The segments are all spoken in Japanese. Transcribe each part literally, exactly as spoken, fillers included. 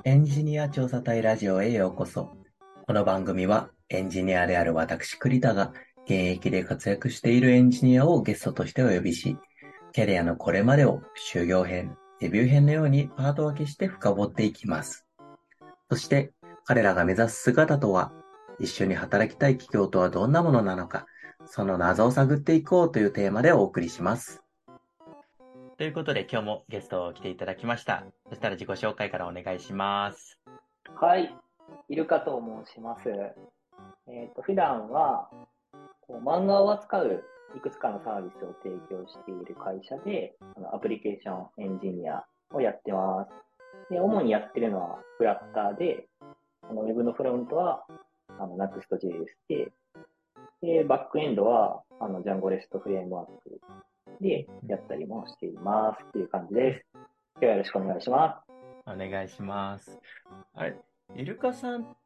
エンジニア調査隊ラジオへようこそ。この番組はエンジニアである私栗田が現役で活躍しているエンジニアをゲストとしてお呼びし、キャリアのこれまでを修行編、デビュー編のようにパート分けして深掘っていきます。そして彼らが目指す姿とは、一緒に働きたい企業とはどんなものなのか、その謎を探っていこうというテーマでお送りします。ということで今日もゲストを来ていただきました。そしたら自己紹介からお願いします。 はい、イルカと申します。えっ、と、普段はこう漫画を扱ういくつかのサービスを提供している会社で、あのアプリケーションエンジニアをやってます。で、主にやってるのはフラッターで、あのウェブのフロントはあの Next.js で、で、バックエンドはあの Django REST フレームワークでやったりもしていますっていう感じです。今日はよろしくお願いします。 お願いします。あれ、イルカさんって、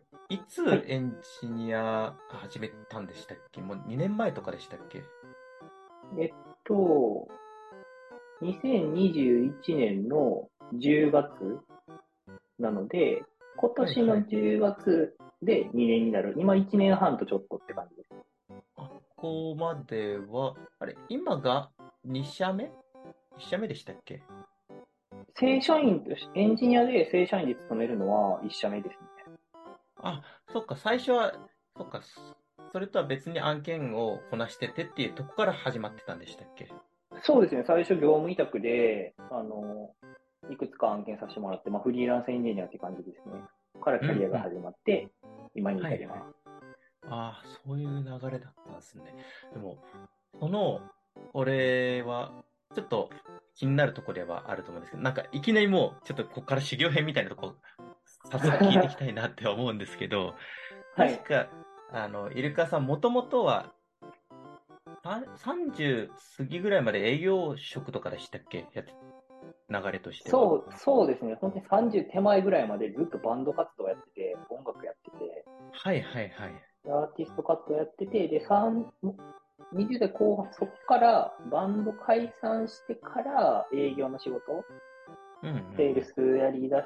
いつはい。 エンジニア始めたんでしたっけ？もうにねんまえとかでしたっけ？ えっと、にせんにじゅういちねんのじゅうがつなので、今年のはいはい。 じゅうがつでにねんになる。今いちねんはんとちょっとって感じです。 あ、ここまでは、あれ、今がに社目？ いち 社目でしたっけ？ 正社員とし、エンジニアで正社員で勤めるのはいっ社目ですね。 あ、そっか、最初は、そっか、そそれとは別に案件をこなしててっていうとこから始まってたんでしたっけ？ そうですね。最初業務委託で、あの、いくつか案件させてもらって、まあフリーランスエンジニアって感じですね。からうんキャリアうん。 が始まって、今にはいはい。 至ります。 ああ、そういう流れだったんですね。でも、その、俺は、ちょっと気になるところではあると思うんですけど、なんかいきなりもう、ちょっとここから修行編みたいなとこ、早速聞いていきたいなって思うんですけど、 はい。 確か、あの、イルカさん、もともとは、ささんじゅう過ぎぐらいまで営業職とかでしたっけ？やつ、流れとしては。 そう、そうですね。本当にさんじゅう手前ぐらいまでずっとバンド活動やってて、音楽やってて、 はいはいはい。 アーティスト活動やってて、で、さんにじゅう代後半、そこからバンド解散してから営業の仕事、 うんうんうセールん。 スやり出して、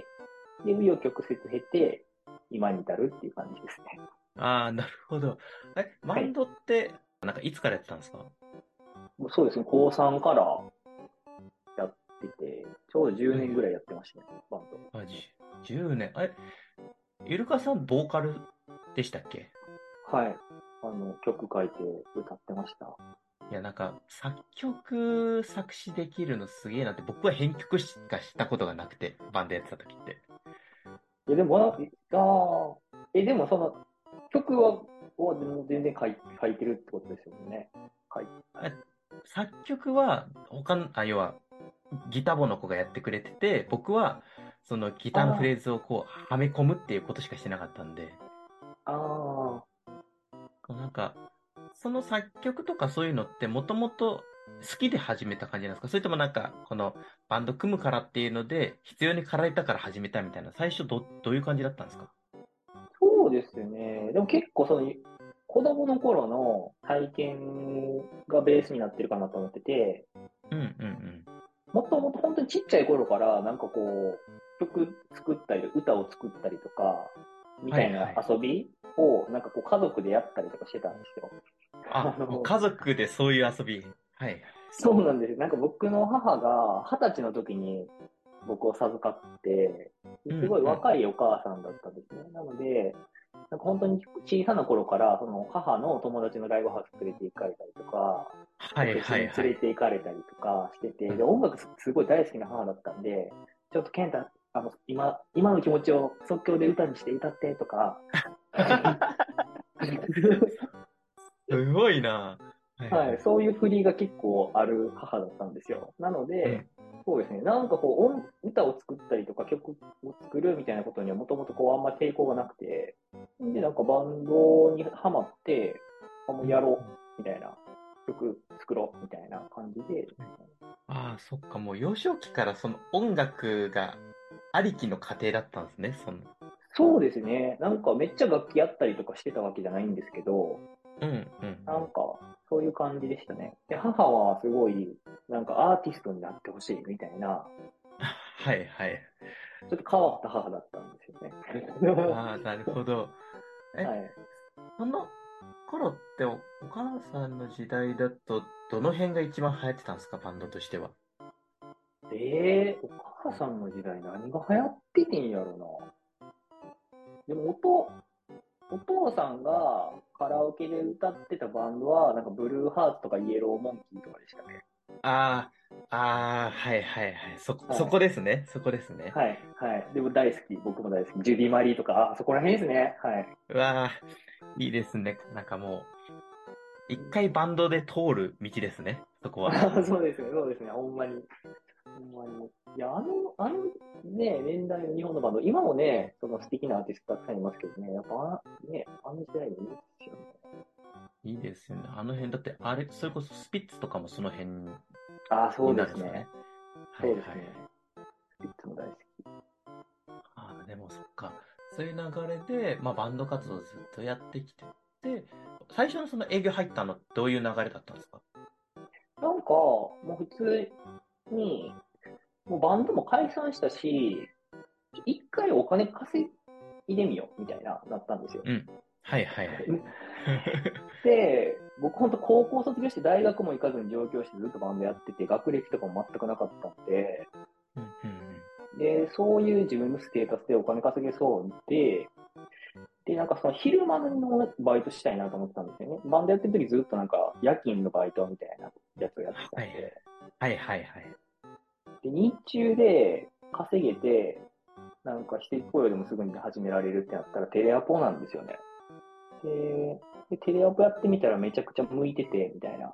で、紆余曲折経て、今に至るっていう感じですね。 ああ、なるほど。え、バンはい。 ドって、なんかいつからやってたんですか？ もうそうですね、高さんからやってて、ちょうど10 はいはい。 年ぐらいやってましたね、バンド。 あ、じじゅうねん。え、イルカさん、ボーカルでしたっけ？ はい。あの、曲書いて歌ってました。 いや、なんか、作曲、作詞できるのすげえなって、僕は編曲しかしたことがなくて、バンドやってた時って。 え、でも、ああ、え、でもその、曲は、は全然書い書いてるってことですよね。書いあ、作曲は、他の、あ、要は、ギタボの子がやってくれてて、僕は、そのギターのフレあーズをこう、はめ込むっていうことしかしてなかったんで、 あ、ああ、 なんか、その作曲とかそういうのってもともと好きで始めた感じなんですか？それともなんか、このバンド組むからっていうので、必要に駆られたから始めたみたいな、最初ど、どういう感じだったんですか？ そうですね。でも結構その、子供の頃の体験がベースになってるかなと思ってて、 うんうんうん。 もともと本当にちっちゃい頃からなんかこう、曲作ったり、歌を作ったりとか、みたいなはいはい。 遊びをなんかこう家族でやったりとかしてたんですよ。ああ、もうの、 家族でそういう遊び。はい。 そうなんです。なんか僕の母が二十歳の時に僕を授かって、 うんすごいうん。 若いお母さんだったんですね。なので、なんか本当に小さな頃から、その母の友達のライブハウス連れて行かれたりとか、 はいフェスにはいはい。 連れて行かれたりとかしてて、で、 うん。 音楽すすごい大好きな母だったんで、ちょっと健太、あの、今、今の気持ちを即興で歌にして歌ってとか、 すごいな。はいははい、 い。 そういう振りが結構ある母だったんですよ。なので、 うん。 そうですね、なんかこう音、歌を作ったりとか曲を作るみたいなことにはもともとこうあんま抵抗がなくて、で、なんかバンドにハマって、あ、もうん。 うやろう、みたいな、曲作ろう、みたいな感じで、 ああ、そっか。もう幼少期からその音楽がありきの家庭だったんですね。その。 そうですね、なんかめっちゃ楽器やったりとかしてたわけじゃないんですけど、 うんうんうん。 なんかそういう感じでしたね。で、母はすごい、なんかアーティストになってほしいみたいな、 はいはい。 ちょっと変わった母だったんですよね。 ああ、なるほど。え、 はい。 その頃ってお、お母さんの時代だと、どの辺が一番流行ってたんですか、バンドとしては。 ええー、お母さんの時代何が流行っててんやろな。でも、音、お父さんがカラオケで歌ってたバンドは、なんかブルーハーツとかイエローモンキーとかでしたね。 ああ、ああ、はいはいはい。そ、そはい。 こですね。そこですね。 はい。はい。でも大好き。僕も大好き。ジュディ・マリーとか、あそこら辺ですね。はい。 うわあ、いいですね。なんかもう、一回バンドで通る道ですね。そこは。 あそうですね。そうですね。ほんまに。ほんまに。いや、あの、あのね、年代の日本のバンド、今もね、その素敵なアーティストたくさんいますけどね、やっぱ、ね、あの時代にいいですよね。 いいですよね。あの辺、だって、あれ、それこそスピッツとかもその辺あ、そにうですね。 なるんですかね。はいはいはい。 そうですね。いつも大好き。 ああ、でもそっか。そういう流れで、まあバンド活動ずっとやってきてて、最初のその営業入ったのどういう流れだったんですか？ なんか、もう普通に、もうバンドも解散したし、一回お金稼いでみよう、みたいな、なったんですよ。 うん。はいはいはい。 で、僕本当高校卒業して大学も行かずに上京してずっとバンドやってて、学歴とかも全くなかったんで、 うんうんで、そういう自分のステータスでお金稼げそうで、で、なんかその昼間のバイトしたいなと思ってたんですよね。バンドやってる時ずっとなんか夜勤のバイトみたいなやつをやってたはいんで、 はいはいはい。 で、日中で稼げて、なんか非正規雇用でもすぐに始められるってなったらテレアポなんですよね。で、でテレアポやってみたらめちゃくちゃ向いてて、みたいな。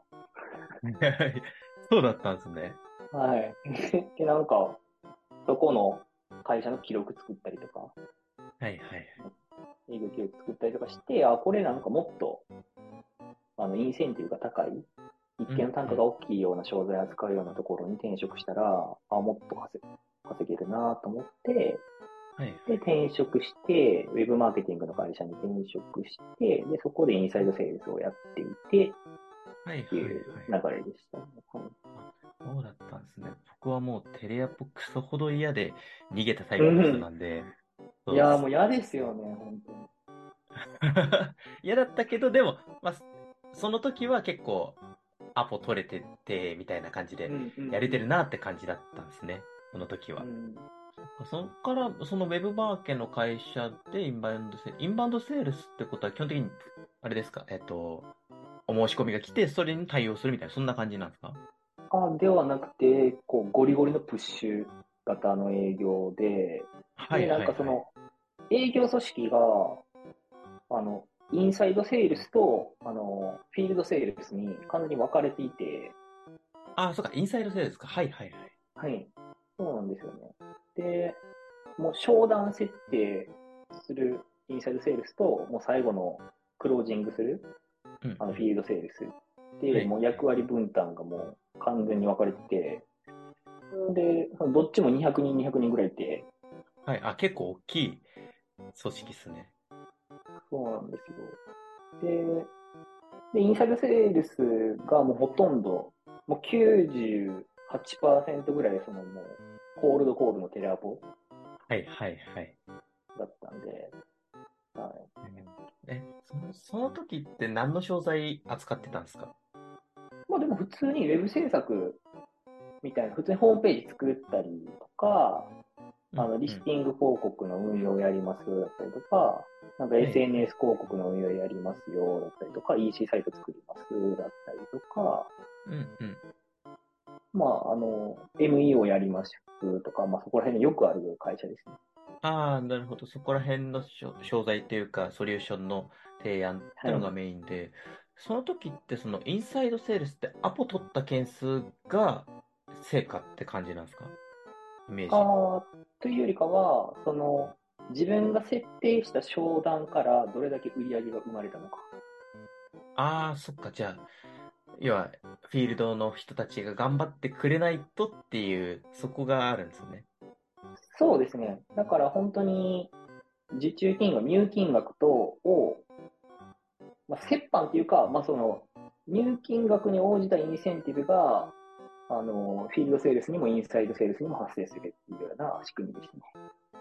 そうだったんですね。 はい。で、なんか、そこの会社の記録作ったりとか、 はいはい。 営業記録作ったりとかして、あ、これなんかもっと、あの、インセンティブが高い、一うんうん。 見単価が大きいような商材扱うようなところに転職したら、あ、もっと稼稼げるなと思って、 はいはい。 で、転職して、ウェブマーケティングの会社に転職して、で、そこでインサイドセールスをやっていて、 はいっていうはいはい。 流れでしたね。はい、 あ、そうだったんですね。僕はもうテレアポクソほど嫌で逃げたタイプの人うん。 なんで、 いやーそうす。 もう嫌ですよね、本当に。 嫌だったけど、でも、まあ、その時は結構アポ取れてて、みたいな感じで、 うんうんやれてるうん。 なって感じだったんですね。その時は。 うん。 そっから、そのウェブマーケの会社でインバウンドセール、インバウンドセールスってことは基本的に、あれですか、えっと、お申し込みが来て、それに対応するみたいな、そんな感じなんですか？ あ、ではなくて、こう、ゴリゴリのプッシュ型の営業で、 はいで、なんはいはい。 かその、営業組織が、あの、インサイドセールスと、あの、フィールドセールスに完全に分かれていて、 あ、そうか、インサイドセールですか。はいはいはい。 はい。そうなんですよね。で、もう商談設定するインサイドセールスと、もう最後のクロージングする、 うんうん。 あのフィールドセールスで、 はいもう役割分担がもう完全に分かれてて、で、どっちもにひゃくにん、にひゃくにんぐらいいて、 はい。あ、結構大きい組織ですね。 そうなんですよ。で、で、インサイドセールスがもうほとんど、もうきゅうじゅうはちパーセントぐらい、そのもう、コールドコールのテレアポはいはいはい。 だったんで、はい。 うん、え、その、その時って何の商材扱ってたんですか？ まあでも普通にウェブ制作みたいな、普通にホームページ作ったりとか、あの、リうんうん。 スティング広告の運用をやりますだったりとか、なんかはいはい。 エスエヌエス 広告の運用やりますよだったりとか、イーシー サイト作りますだったりとか、 うんうん。 まあ、あの、エムイー をやりますとか、まあそこら辺によくある会社ですね。 ああ、なるほど。そこら辺のしょ商材っていうか、ソリューションの提案ってはい。 のがメインで、その時ってそのインサイドセールスってアポ取った件数が成果って感じなんですか？イメージ。 ああ、というよりかは、その、自分が設定した商談からどれだけ売り上げが生まれたのか。 ああ、そっか。じゃあ、要は、フィールドの人たちが頑張ってくれないとっていう、そこがあるんですよね。 そうですね。だから本当に、受注金額、入金額と、を、まあ、折半っていうか、まあ、その、入金額に応じたインセンティブが、あの、フィールドセールスにもインサイドセールスにも発生するっていうような仕組みですね。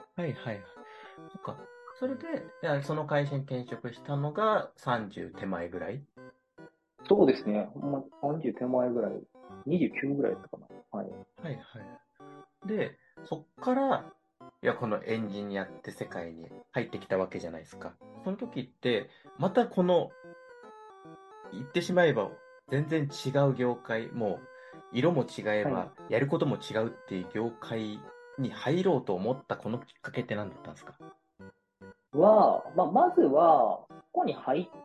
はいはいはい。そっか。それで、いやその会社に転職したのがさんじゅう手前ぐらい。 そうですね。ほんまさんじゅう手前ぐらい。にじゅうきゅうぐらいだったかな。はい。 はいはい。で、そっから、いや、このエンジニアって世界に入ってきたわけじゃないですか。その時って、またこの、言ってしまえば、全然違う業界、もう、色も違えはい。 ば、やることも違うっていう業界に入ろうと思ったこのきっかけって何だったんですか？ は、まあ、まずは、ここに入って、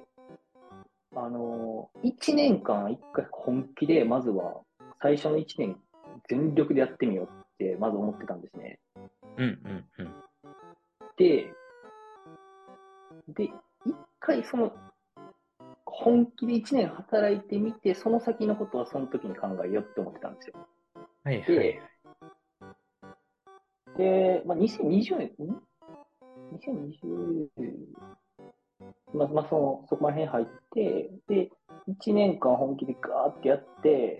あのー、いちねんかん一回本気で、まずは、最初のいちねん全力でやってみようって、まず思ってたんですね。 うんうんうん。 で、で、一回その、本気でいちねん働いてみて、その先のことはその時に考えようって思ってたんですよ。 はいはいはい。 で、で、まあ、にせんにじゅうねん、ん ?にせんにじゅう、まあ、まあ、その、そこら辺入って、で、いちねんかん本気でガーってやって、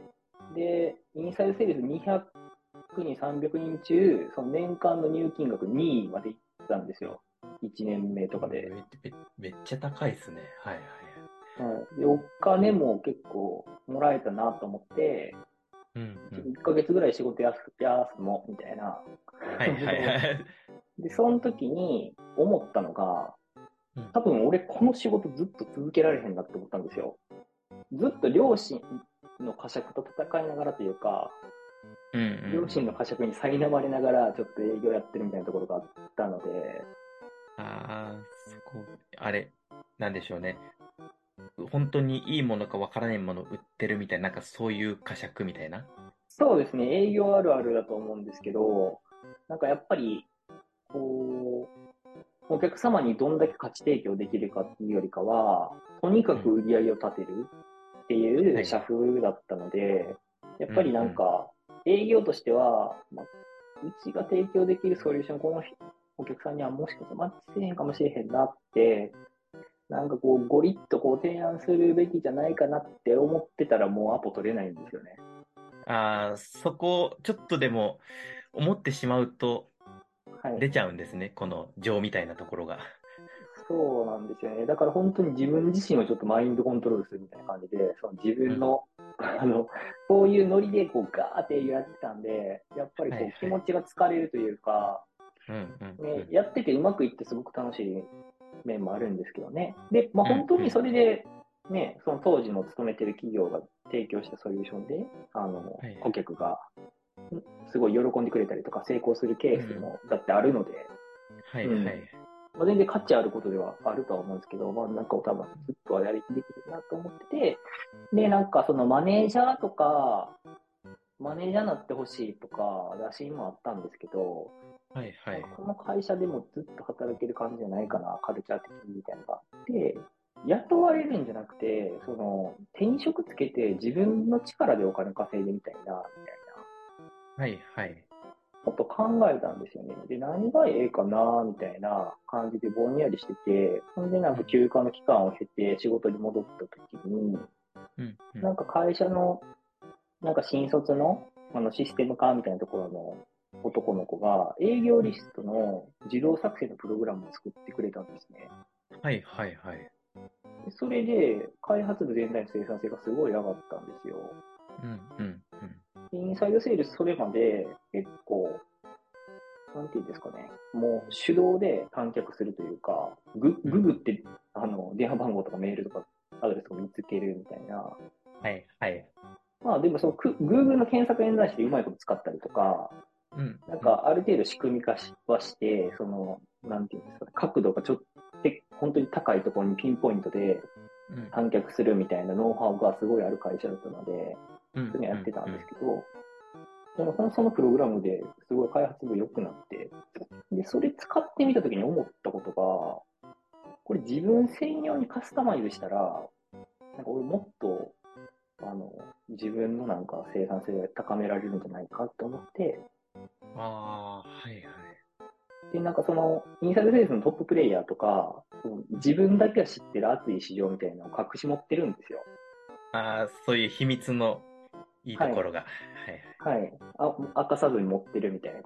で、インサイドセールスにひゃくにん、さんびゃくにん中、その年間の入金額にいまで行ったんですよ。いちねんめとかで。 め、め、めっちゃ高いですね。はいはいはい。で、お金も結構もらえたなと思って、 うんうん。 いっかげつぐらい仕事休休も、みたいな。 はいはいはい。 で、その時に思ったのが、 うん。 多分俺この仕事ずっと続けられへんなって思ったんですよ。ずっと両親の呵責と戦いながらというか、 うんうんうん。 両親の呵責に苛まれながらちょっと営業やってるみたいなところがあったので、 ああ、そこ、あれ、なんでしょうね。本当にいいものかわからないものを売ってるみたいな、なんかそういう呵責みたいな。 そうですね、営業あるあるだと思うんですけど、なんかやっぱり、こう、お客様にどんだけ価値提供できるかっていうよりかは、とにかうん。 く売り上げを立てるっていう社はい。 風だったので、やっぱりうんうん。 なんか、営業としては、まあ、うちが提供できるソリューション、このお客さんにはもしかしたらマッチせえへんかもしれへんなって、なんかこう、ゴリッとこう提案するべきじゃないかなって思ってたらもうアポ取れないんですよね。 ああ、そこ、ちょっとでも思ってしまうとはい。 出ちゃうんですね。この情みたいなところが。 そうなんですよね。だから本当に自分自身をちょっとマインドコントロールするみたいな感じで、その自うん。 分の、あの、そういうノリでこうガーってやってたんで、やっぱりこう気はいはい。 持ちが疲れるというか、 うんうんうね、 ん。 やっててうまくいってすごく楽しい面もあるんですけどね。で、まあうん本当にそうん。 れで、ね、その当時の勤めてる企業が提供したソリューションで、あの、 はいはい。 顧客がすごい喜んでくれたりとか成功するケースうん。 もだってあるので、 はいうん。 はい。 まあ、全然価値あることではあるとは思うんですけど、まあなんか多分ずっとはやりできるなと思ってて、で、なんかそのマネージャーとか、マネージャーになってほしいとか、打診もあったんですけど、 はいはい。 なんかこの会社でもずっと働ける感じじゃないかな、カルチャー的にみたいなのがあって、雇われるんじゃなくて、その、転職つけて自分の力でお金稼いでみたいな、みたいなはいはい。 こと考えたんですよね。で、何がええかな、みたいな感じでぼんやりしてて、ほんでなんかうん。 休暇の期間を経て仕事に戻った時に、 うんうん。 なんか会社の、なんか新卒の、あのシステム化みたいなところの男の子が営業うん。 リストの自動作成のプログラムを作ってくれたんですね。 はいはいはい。 でそれで開発部全体の生産性がすごい上がったんですよ。 うんうんうん。 インサイドセールスそれまで結構なんていうんですかね、もう手動で観客するというか、グうん。 ググって、あの、電話番号とかメールとかアドレスとか見つけるみたいな。 はいはい。 まあでもそのグ Google の検索エンザイしてうまいこと使ったりとか、 うんうん。 なんかある程度仕組み化はして、その、なんていうんですかね、角度がちょっと、本当に高いところにピンポイントでうん観客するみたいなノウハウがすごいある会社だったので、 うんそれやってたんですうんうん。 けど、でもそのそのプログラムですごい開発部良くなって、で、それ使ってみたときに思ったことが、これ自分専用にカスタマイズしたら、なんか俺もっと、あの、自分のなんか生産性高められるんじゃないかって思って、 ああ、はいはい。 で、なんかその、インサイドセールスのトッププレイヤーとか、その自分だけが知ってる熱い市場みたいなのを隠し持ってるんですよ。 ああ、そういう秘密のいいとはい。 ころが。はいはい。 はい。あ、明かさずに持ってるみたいな。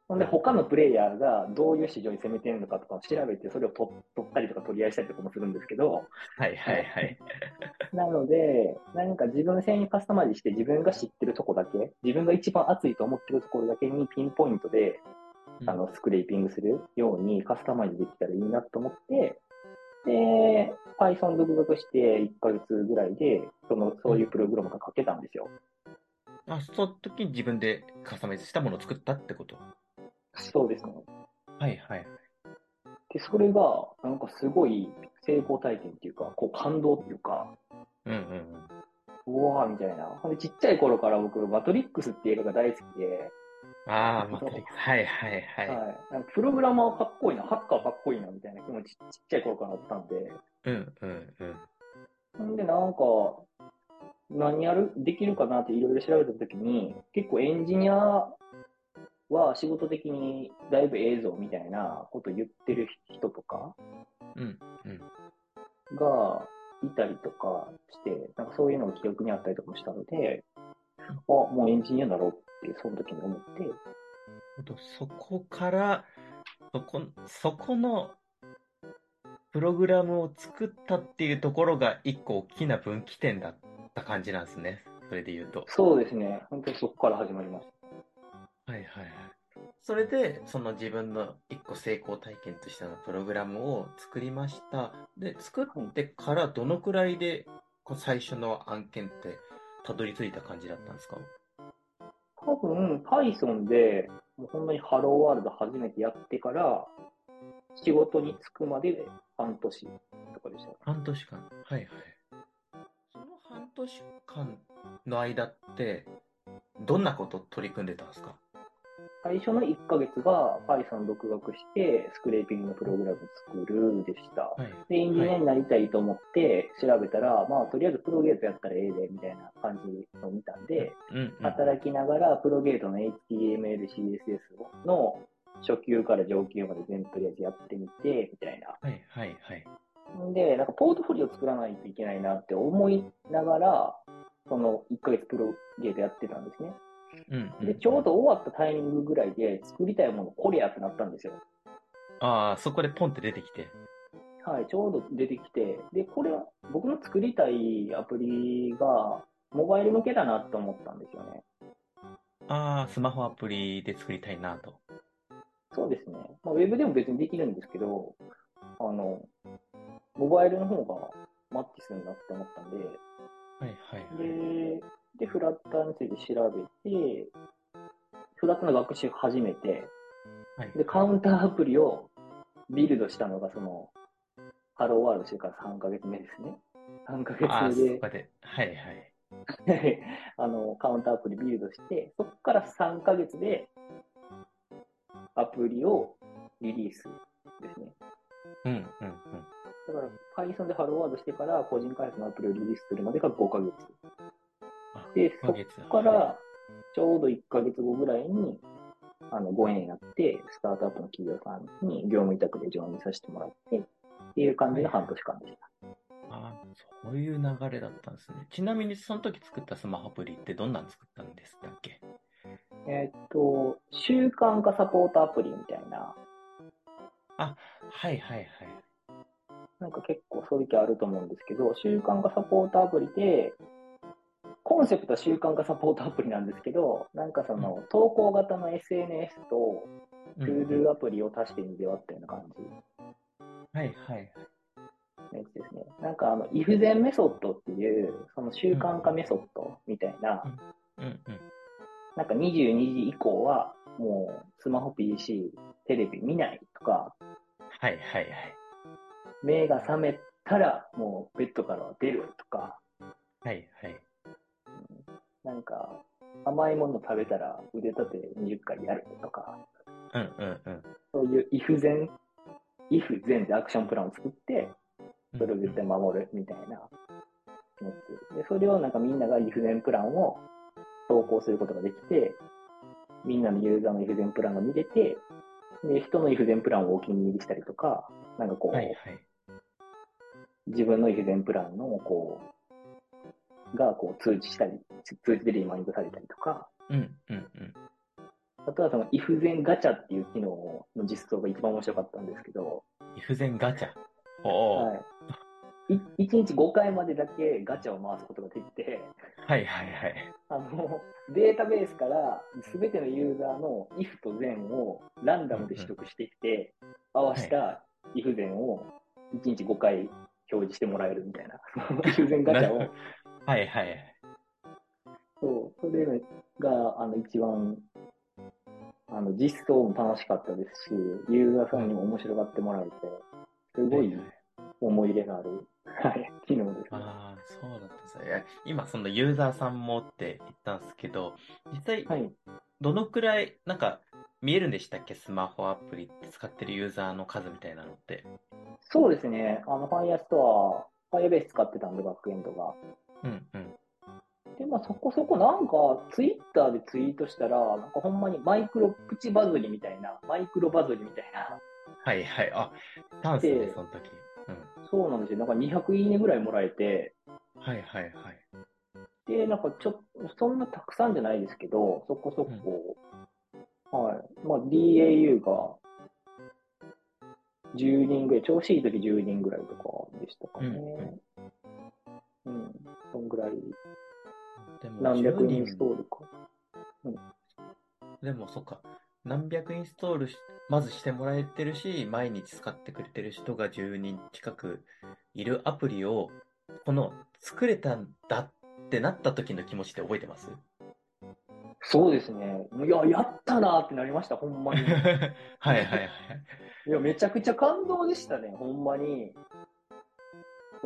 ほんで、 うんうん。 他のプレイヤーがどういう市場に攻めてるのかとかを調べて、それを取取ったりとか取り合いしたりとかもするんですけど、 はいはいはい。 なので、なんか自分専用にカスタマイズして自分が知ってるとこだけ、自分が一番熱いと思ってるところだけにピンポイントで、 うん。 あの、スクレーピングするようにカスタマイズできたらいいなと思って、で、Python 独学していっかげつぐらいで、その、 うん。 そういうプログラムが書けたんですよ。 あ、その時に自分でカスタマイズしたものを作ったってこと？ そうですね。 はいはい。 で、それが、なんかすごい成功体験っていうか、こう感動っていうか、 うんうんうん。 うわーみたいな。ほんで、ちっちゃい頃から僕、マトリックスっていう映画が大好きで、 ああ、マトリッそクス。はいはいはう、 い。 はい。なんかプログラマーかっこいいな、ハッカーかっこいいな、みたいな気持ち、ちっちゃい頃からあったんで、 うんうんうん。 ほんで、なんか、何やる、できるかなっていろいろ調べたときに、結構エンジニアは仕事的にだいぶ映像みたいなこと言ってる人とかうんうんがいたりとかして、なんかそういうのが記憶にあったりとかもしたので、 うん。 あ、もうエンジニアだろうってその時に思って、 ほどそこから、そこ、そこのプログラムを作ったっていうところが一個大きな分岐点だった感じなんですね。それで言うと。 そうですね。本当にそこから始まりました。 はいはいはい。それで、その自分の一個成功体験としてのプログラムを作りました。で、作っはい。 てからどのくらいで、こう最初の案件ってたどり着いた感じだったんですか？ 多分 Python でもうほんまにハローワールド初めてやってから仕事に就くまでで半年とかでしたね。 半年間。はいはい。その半年間の間って、どんなこと取り組んでたんですか？ 最初のいっかげつが Python 独学してスクレーピングのプログラム作るでした。 はい。 で、エンジはい。 ニアになりたいと思って調べたら、まあ、とりあえずプロゲートやったらええで、みたいな感じを見たんうん、 で、 うん、うん。うん。 働きながらプロゲートの エイチティーエムエル、シーエスエス の初級から上級まで全部とりあえずやってみて、みたいな。 はい、はい、はい。 で、なんかポートフォリオ作らないといけないなって思いながら、そのいっかげつプロゲートやってたんですね。 うん、うで、 ん、 ちょううん。 ど終わったタイミングぐらいで作りたいものこれやってなったんですよ。 ああ、そこでポンって出てきて。 はい、ちょうど出てきて、で、これは僕の作りたいアプリがモバイル向けだなと思ったんですよね。 ああ、スマホアプリで作りたいなと。 そうですね。まあ、ウェブでも別にできるんですけど、あの、モバイルの方がマッチするなって思ったんで、 はい、はい、はい。 で、で、フラッターについて調べて、フラットの学習を始めて、 はい、 で、 はい。 カウンターアプリをビルドしたのが、その、ハローワールドしてからさんかげつめですね。さんかげつああ、 めで、 そこで。はい、はい。 あの、カウンターアプリビルドして、そこからさんかげつでアプリをリリースですね。 うん、うん、うん。 だから、Python でハローワールドしてから個人開発のアプリをリリースするまでがごかげつ。 あ、 で、そこごかげつ。はい。 からちょうどいっかげつごぐらいに、あの、ご縁になって、スタートアップの企業さんに業務委託でジョインさせてもらって、っていう感はい、 じの半はい。 年間でした。 ああ、そういう流れだったんですね。ちなみに、その時作ったスマホアプリってどんなの作ったんですっけ？ えーっと、習慣化サポートアプリみたいな、 あ、はい、はい、はい。 なんか結構そういう気あると思うんですけど、習慣化サポートアプリで、コンセプトは習慣化サポートアプリなんですけど、なんかそうん、 の投稿型の エスエヌエス とうん、 トゥードうん。 ゥアプリを足してにで割ったような感じはい、はい、はい。 のやつですね。なんかあの、if then メソッドっていう、その習うん、 慣化メソッドみたいな、 うん、うん、うん。 なんかにじゅうにじ以降はもうスマホ ピーシー、テレビ見ないとか、 はい、はい、はい。 目が覚めたらもうベッドからは出るとか、 はい、はい。 なんか甘いもの食べたら腕立てにじゅっかいやるとか、 うん、うん、うん。 そういう if then if then でアクションプランを作って、 うん、 それを絶うん。 対守るみたいなやつ。で、それをなんかみんなが if then プランを投稿することができて、みんなのユーザーの if then プランが見れて、で、人の if then プランをお気に入りしたりとか、なんかはい、 こはい。 う、自分の if then プランのこう、がこう通知したり、通知でリマインドされたりとか、 うん、うん、うん。 あとはその、イフゼンガチャっていう機能の実装が一番面白かったんですけど、 イフゼンガチャ。おー。 はい。いいちにちごかいまでだけガチャを回すことができて、 はいはいはい。 あの、データベースからすべてのユーザーの if と then をランダムで取得してきて、合わはい。 せた if then をいちにちごかい表示してもらえるみたいな。if then ガチャな、 を、 はいはい。 そう、それが、あの、一番、あの、実装も楽しかったですし、ユーザーさんにも面白がってもらえて、すごいはいはい。 思い入れのある、はい、機能ですね。 ああ、そうだったんですね。いや今、そのユーザーさんもって言ったんですけど、実際、 はい。 どのくらい、なんか、見えるんでしたっけスマホアプリって使ってるユーザーの数みたいなのって。 そうですね。あの、Firestore、Firebase 使ってたんで、バックエンドが。 うんうん。 で、まあ、そこそこなんか、ツイッターでツイートしたら、なんかほんまにマイクロプチバズりみたいな、マイクロバズりみたいな、 はいはい。あ、チャンスね、 で、 その時。うん。 そうなんですよ。なんかにひゃくいいねぐらいもらえて、 はいはいはい。 で、なんかちょっと、そんなたくさんじゃないですけど、そこそうん。 こ、はい。まあ、ディーエーユー がじゅうにんぐらい、調子いい時じゅうにんぐらいとかでしたかうんうん。 ね。うん。そんぐらい、 でも、10 何百インスト人、 ールか。うん。 でもそっか。何百インストールし、まずしてもらえてるし、毎日使ってくれてる人がじゅうにん近くいるアプリを、この作れたんだってなった時の気持ちって覚えてます？ そうですね。いや、やったなーってなりました、ほんまに。 はいはいはい。 いや、めちゃくちゃ感動でしたね、ほんまに。そう。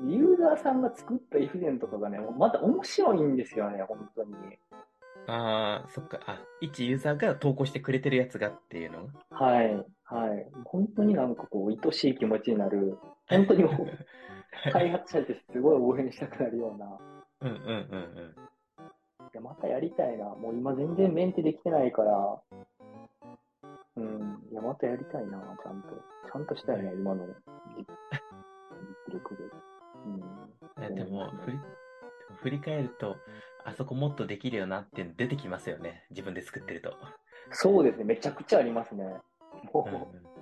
ユーザーさんが作った if 伝とかがね、また面白いんですよね、本当に。 ああ、そっか。あ、一ユーザーが投稿してくれてるやつがっていうのが。 はい、はい。本当になんかこう、愛しい気持ちになる。本当にもう、開発者としてすごい応援したくなるような。 うんうんうんいや、またやりたいな。もう今全然メンテできてないから、うん。いや、またやりたいな、ちゃんと。ちゃんとしたうん。はいな、 い。 今の実実力で。うん。 えでも、 思いますね。 振り、でも振り返ると、あそこもっとできるよなっていうの出てきますよね。自分で作ってると。 そうですね。めちゃくちゃありますね。 うんうもん。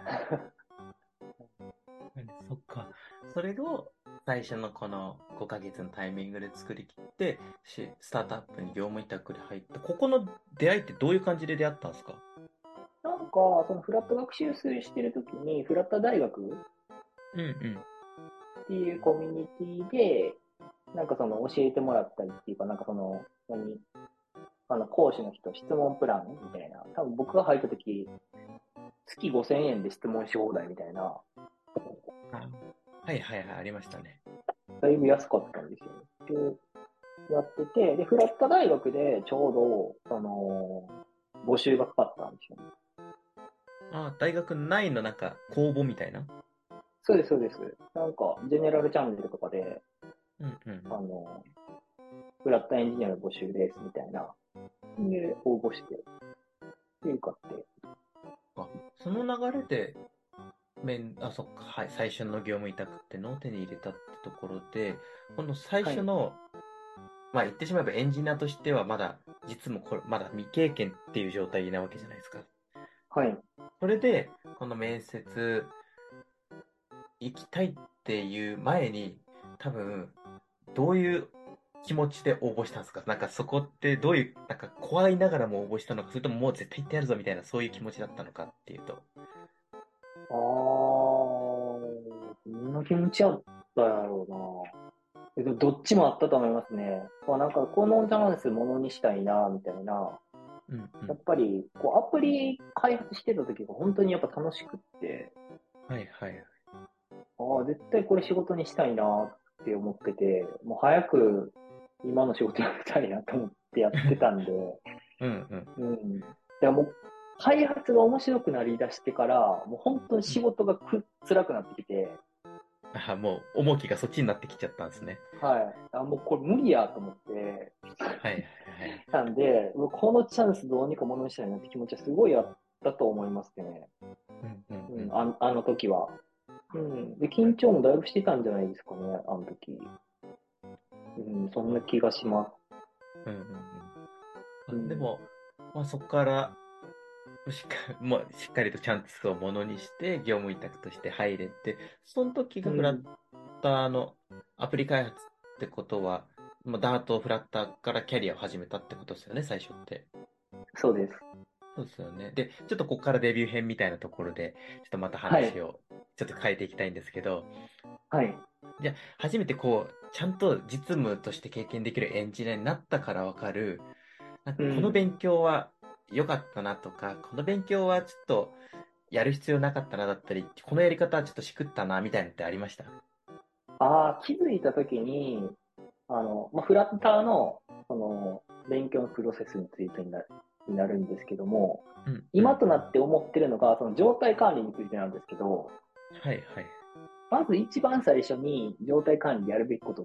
そっか。それを最初のこのごかげつのタイミングで作り切って、しスタートアップに業務委託で入った。ここの出会いってどういう感じで出会ったんですか？ う、なんか、そのフラット学習してるときに、フラット大学うんうん。 っていうコミュニティで、なんかその教えてもらったりっていうか、なんかその、何あの講師の人、質問プランみたいな。多分僕が入ったとき、月ごせんえんで質問し放題みたいな、 あ、はいはいはい、ありましたね。 だいぶ安かったんですよね。で、やってて、で、フラット大学でちょうど、その、募集がかかったんですよね。 あ、大学内のなんか公募みたいな。 そうです、そうです。なんか、ジェネラルチャンネルとかで、 うんうんうん。 あの、フラットエンジニアの募集ですみたいな。で、応募して、で、受かって。 あ、その流れで、めん、あ、そっか、はい、最初の業務委託ってのを手に入れたってところで、この最はい。 初の、まあ言ってしまえばエンジニアとしてはまだ、実もこれ、まだ未経験っていう状態なわけじゃないですか。 はい。 それで、この面接行きたいっていう前に、多分、どういう気持ちで応募したんですか？なんかそこってどういう、なんか怖いながらも応募したのか、それとももう絶対行ってやるぞみたいな、そういう気持ちだったのかっていうと。 あー、どんな気持ちやったやろうな。えどどっちもあったと思いますね。まあ、なんか、このチャンスものにしたいな、みたいな。 うんうん。 やっぱり、こう、アプリ開発してた時が本当にやっぱ楽しくって、 はいはい。 ああ、絶対これ仕事にしたいなって思ってて、もう早く今の仕事やりたいなと思ってやってたんで、 うんうん。 うん。でもう、開発が面白くなりだしてから、もう本当に仕事がく辛くなってきて、 あ、もう、重きがそっちになってきちゃったんですね。 はい。あ、もうこれ無理やと思って、 はいはいはい。 なんで、もうこのチャンスどうにかものにしたいなって気持ちはすごいあったと思いますね。 うんうんうん、 うん。 ああの時は。うん。で、緊張もだいぶしてたんじゃないですかね、あの時。うん、そんな気がします。 うんうんうん。 うん。 あでも、 まあ、そこからしっかり、もうしっかりとちゃんとそうものにして業務委託として入れて、その時がフラッうん。 ターのアプリ開発ってことは、まあ、ダートフラッターからキャリアを始めたってことですよね、最初って。 そうです。 そうですよね。で、ちょっとここからデビュー編みたいなところで、ちょっとまたはい。 話をちょっと変えていきたいんですけど、 はい。 じゃあ初めてこう、ちゃんと実務として経験できるエンジニアになったからわかる、なんかうん。 この勉強は良かったなとか、この勉強はちょっとやる必要なかったなだったり、このやり方はちょっとしくったなみたいなのってありました？ ああ、気づいたときに、あの、まあ、フラッターの、その、勉強のプロセスについてになになるんですけども、 うんうん。 今となって思ってるのが、その状態管理についてなんですけど、 はいはい。 まず一番最初に状態管理でやるべきことって、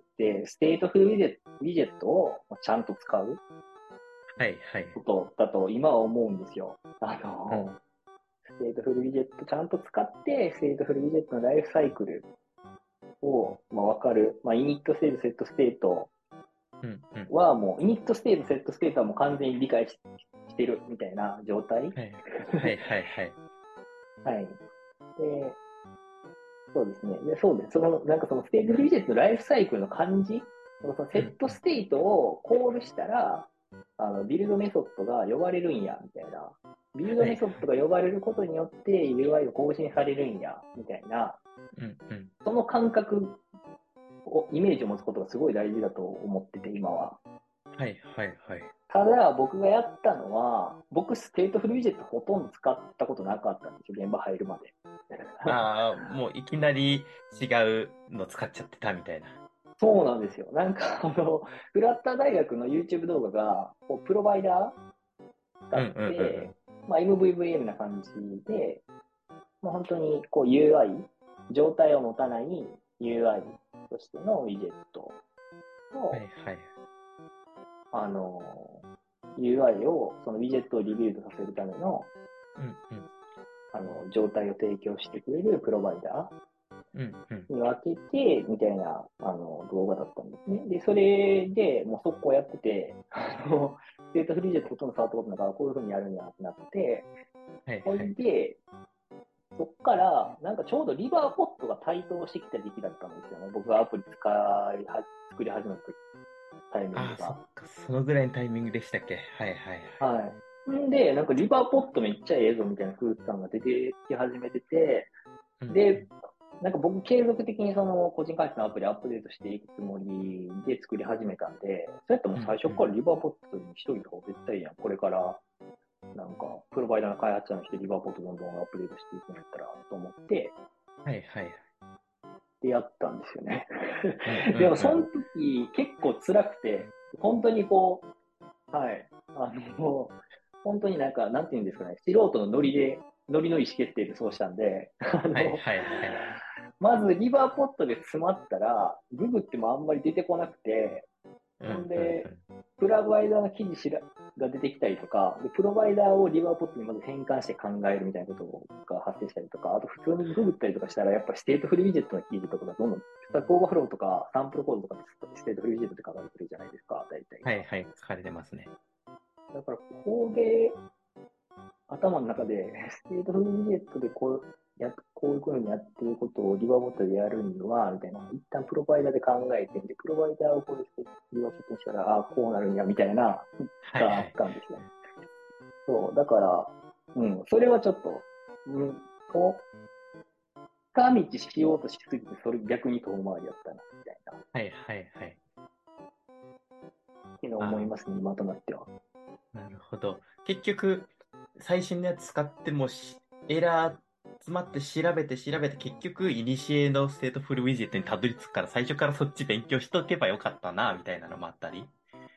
ステートフルウィジェットウィジェットをちゃんと使うはいはい。 ことだと今は思うんですよ。あうん。 の、ステートフルウィジェットちゃんと使って、ステートフルウィジェットのライフサイクルを、まあ、わかる。まあ、イニットステート、セットステートうんうん。 はもう、イニットステート、セットステートはもう完全に理解ししてるみたいな状態。 はい。はいはいはい。 はい。で、そうですね。で、そうです。その、なんかそのステートフルウィジェットのライフサイクルの感じ、そのそのセットうんうん。 ステートをコールしたら、あの、ビルドメソッドが呼ばれるんや、みたいな。ビルドはいメソッドが呼ばれることによって ユーアイ が更新されるんや、みたいな。 うんうん。 その感覚を、イメージを持つことがすごい大事だと思ってて、今は。 はいはいはい。 ただ、僕がやったのは、僕、ステートフルウィジェットほとんど使ったことなかったんですよ、現場入るまで。 ああ、もういきなり違うの使っちゃってたみたいな。 そうなんですよ。なんか、あの、フラッター大学の YouTube 動画が、こうプロバイダー使っうんうんうんうて、 ん。 まあ、エムブイブイエム な感じで、まあ、本当にこう ユーアイ、状態を持たない ユーアイ としてのウィジェットを、 はいはい。 あの、ユーアイ を、そのウィジェットをリビルドさせるための、 うんうん。 あの、状態を提供してくれるプロバイダうんうん。 ーに分けて、みたいな、あの、動画だったんですね。で、それでもう速攻やってて、あの、データフリージェットほとんど触ったことないから、こういう風にやるんやってなって、ほはいはい。 いで、そっから、なんかちょうどリバーポットが台頭してきた時期だったんですよね。僕がアプリ使いは、作り始めたタイミンああ、そっグが。 か。そのぐらいのタイミングでしたっけ？はいはいはい。 はい。んで、なんかリバーポットめっちゃええぞみたいな空気感が出てき始めてて、 うんうで、 ん。 なんか僕継続的にその個人開発のアプリアップデートしていくつもりで作り始めたんで、そうやってもう最うんうん。 初からリバーポットにしといた方が絶対いいやん。これからなんかプロバイダーの開発者の人リバーポットどんどんアップデートしていくんやったらと思って、 はいはい。 でやったんですよね。 うんうでもそのんうん。 時結構辛くて、本当にこう、はい、あの、本当になんか、なんていうんですかね、素人のノリで、ノリの意思決定でそうしたんで、あの、 はいはいはい。 まずリバーポットで詰まったら、ググってもあんまり出てこなくて、ほんうんうんうで、 ん。 プロバイダーの記事しらが出てきたりとか、で、プロバイダーをリバーポットにまず変換して考えるみたいなことが発生したりとか、あと普通にググったりとかしたら、やっぱステートフルウィジェットの記事とかがどんどん、スタックオーバーフローとかサンプルコードとかってステートフルウィジェットって書かれてるじゃないですか、大体が。 はいはい。書かれてますね。 だから、ここで頭の中で、ステートフルウィジェットでこう、やこういうふうにやってることをリバーボットでやるには、みたいな、一旦プロバイダーで考えてみて、プロバイダーをこうしてリバーボットにしたら、ああ、こうなるんや、みたいな、があっはいはい。 たんですよ。そう、だから、うん、それはちょっと、うん、こう、近道しようとしすぎて、それ逆に遠回りやったな、みたいな、っはいはいはい。 ていうのを思いあますね、今となっては。 あ、なるほど。結局、最新のやつ使ってもしエラー詰まって調べて調べて結局、イニシエのステートフルウィジェットにたどり着くから最初からそっち勉強しとけばよかったな、みたいなのもあったり。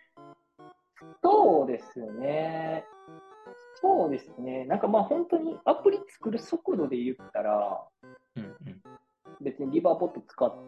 そうですね。そうですね。なんかまあ本当にアプリ作る速度で言ったら、 うんうん。 別にリバーポット使って、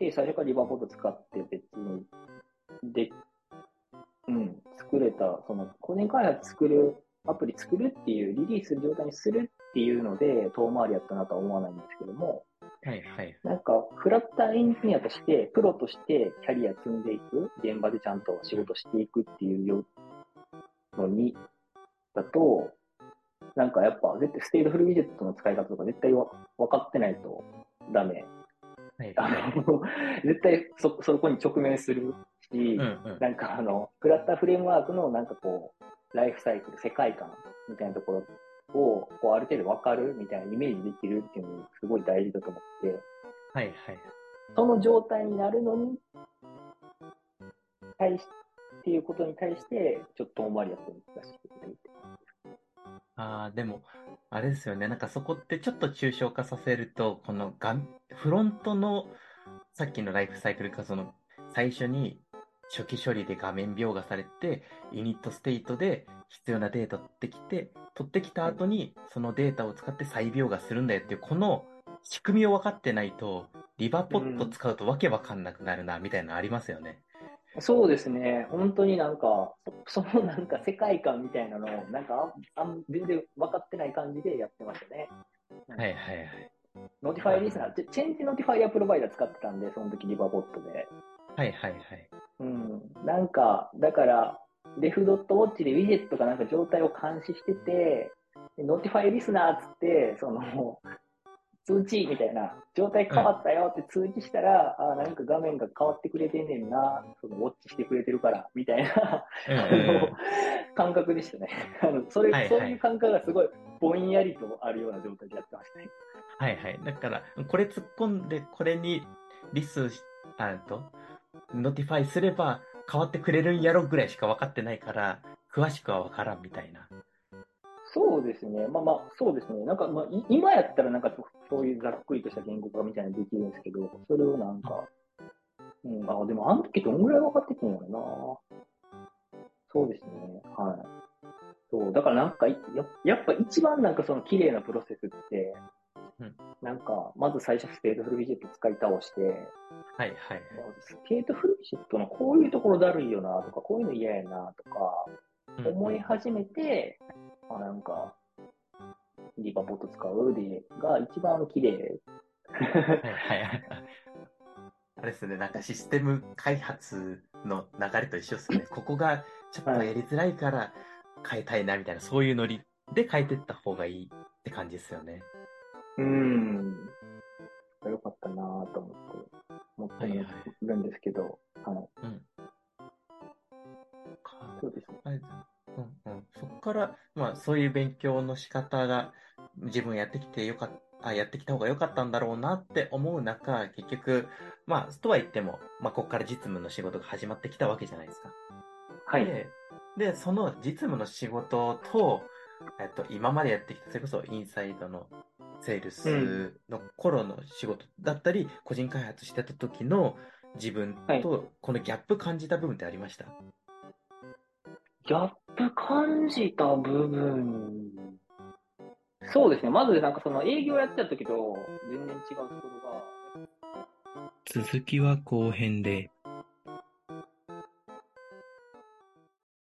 最初からリバーポット使って別に、で、うん、作れた、その、個人開発作る、アプリ作るっていう、リリース状態にするっていうので、遠回りやったなとは思わないんですけども、 はいはい。 なんか、フラッターエンジニアとして、プロとしてキャリア積んでいく、現場でちゃんと仕うん。 事していくっていうよのに、だと、なんかやっぱ絶対ステートフルウィジェットの使い方とか絶対わ分かってないとダメ。 はいあはい。 の絶対そ、そこに直面するし、 うんうん。 なんかあの、フラッターフレームワークのなんかこう、ライフサイクル、世界観みたいなところを、こうある程度分かるみたいなイメージできるっていうのがすごい大事だと思って、 はいはい。 その状態になるのに対し、っていうことに対して、ちょっと遠回りやってる気がしてくれて。 ああ、でも、あれですよね。なんかそこってちょっと抽象化させると、この画フロントの、さっきのライフサイクルか、その、最初に初期処理で画面描画されて、イニットステートで必要なデータ取ってきて、取ってきたはい。 後にそのデータを使って再描画するんだよっていう、この仕組みを分かってないと、リバポットうん。 使うとわけわかんなくなるな、みたいなのありますよね。 そうですね。本当になんか、そそのなんか世界観みたいなのを、なんかあん、あん全然分かってない感じでやってましたね。なんはいか、 はいはい。 ノティファイリスナー、チェチェンジノティファイアプロバイダー使ってたんで、その時リバーボットで。 はいはいはい。 うん。なんか、だから、デフドットウォッチでウィジェットがなんか状態を監視してて、ノティファイリスナーっつって、その、通知みたいな、状態うん。 変わったよって通知したら、あなんか画面が変わってくれてんねんな、そのウォッチしてくれてるから、みたいな、 うんうんあの、 うん。 感覚でしたね。あの、それ、そういうはいはい。 感覚がすごいぼんやりとあるような状態でやってましたね。 はいはい。だから、これ突っ込んで、これにリスし、あと、ノティファイすれば変わってくれるんやろぐらいしか分かってないから、詳しくは分からんみたいな。 そうですね。まあまあ、そうですね。なんか、まあ、い今やったらなんかそ、そういうざっくりとした言語化みたいなのできるんですけど、それをなんうんか、うん、あ、でもあの時どんぐらい分かってたんやろな。そうですね。はい。そう、だからなんか、や、やっぱ一番なんかその綺麗なプロセスって、 うん。 なんか、まず最初ステートフルウィジェット使い倒して、 はいはいはい。 ステートフルウィジェットのこういうところだるいよなとか、こういうの嫌やなとか、 うんうん。 思い始めて、あ、なんか、リバポット使うで、が一番綺麗。 はいはいはい。あれですね、なんかシステム開発の流れと一緒ですね。ここがちょっとはい。 やりづらいから変えたいなみたいな、そういうノリで変えてった方がいいって感じですよね。 うーん。よかったなと思って、思ってはいはい。 るんですけど、はい。 うん。かそうですね。 あれだうんうん。そこから、まあそういう勉強の仕方が自分やってきてよかった、あ、やってきた方が良かったんだろうなって思う中、結局、まあ、とは言っても、まあ、ここから実務の仕事が始まってきたわけじゃないですか。 はい。 で、で、その実務の仕事と、えっと、今までやってきた、それこそインサイドのセールうん。 スの頃の仕事だったり、個人開発してた時の自分はい。 と、このギャップ感じた部分ってありました？ ギャップ感じた部分。そうですね。まず、なんかその営業やってた時と全然違うところが、 続きは後編で。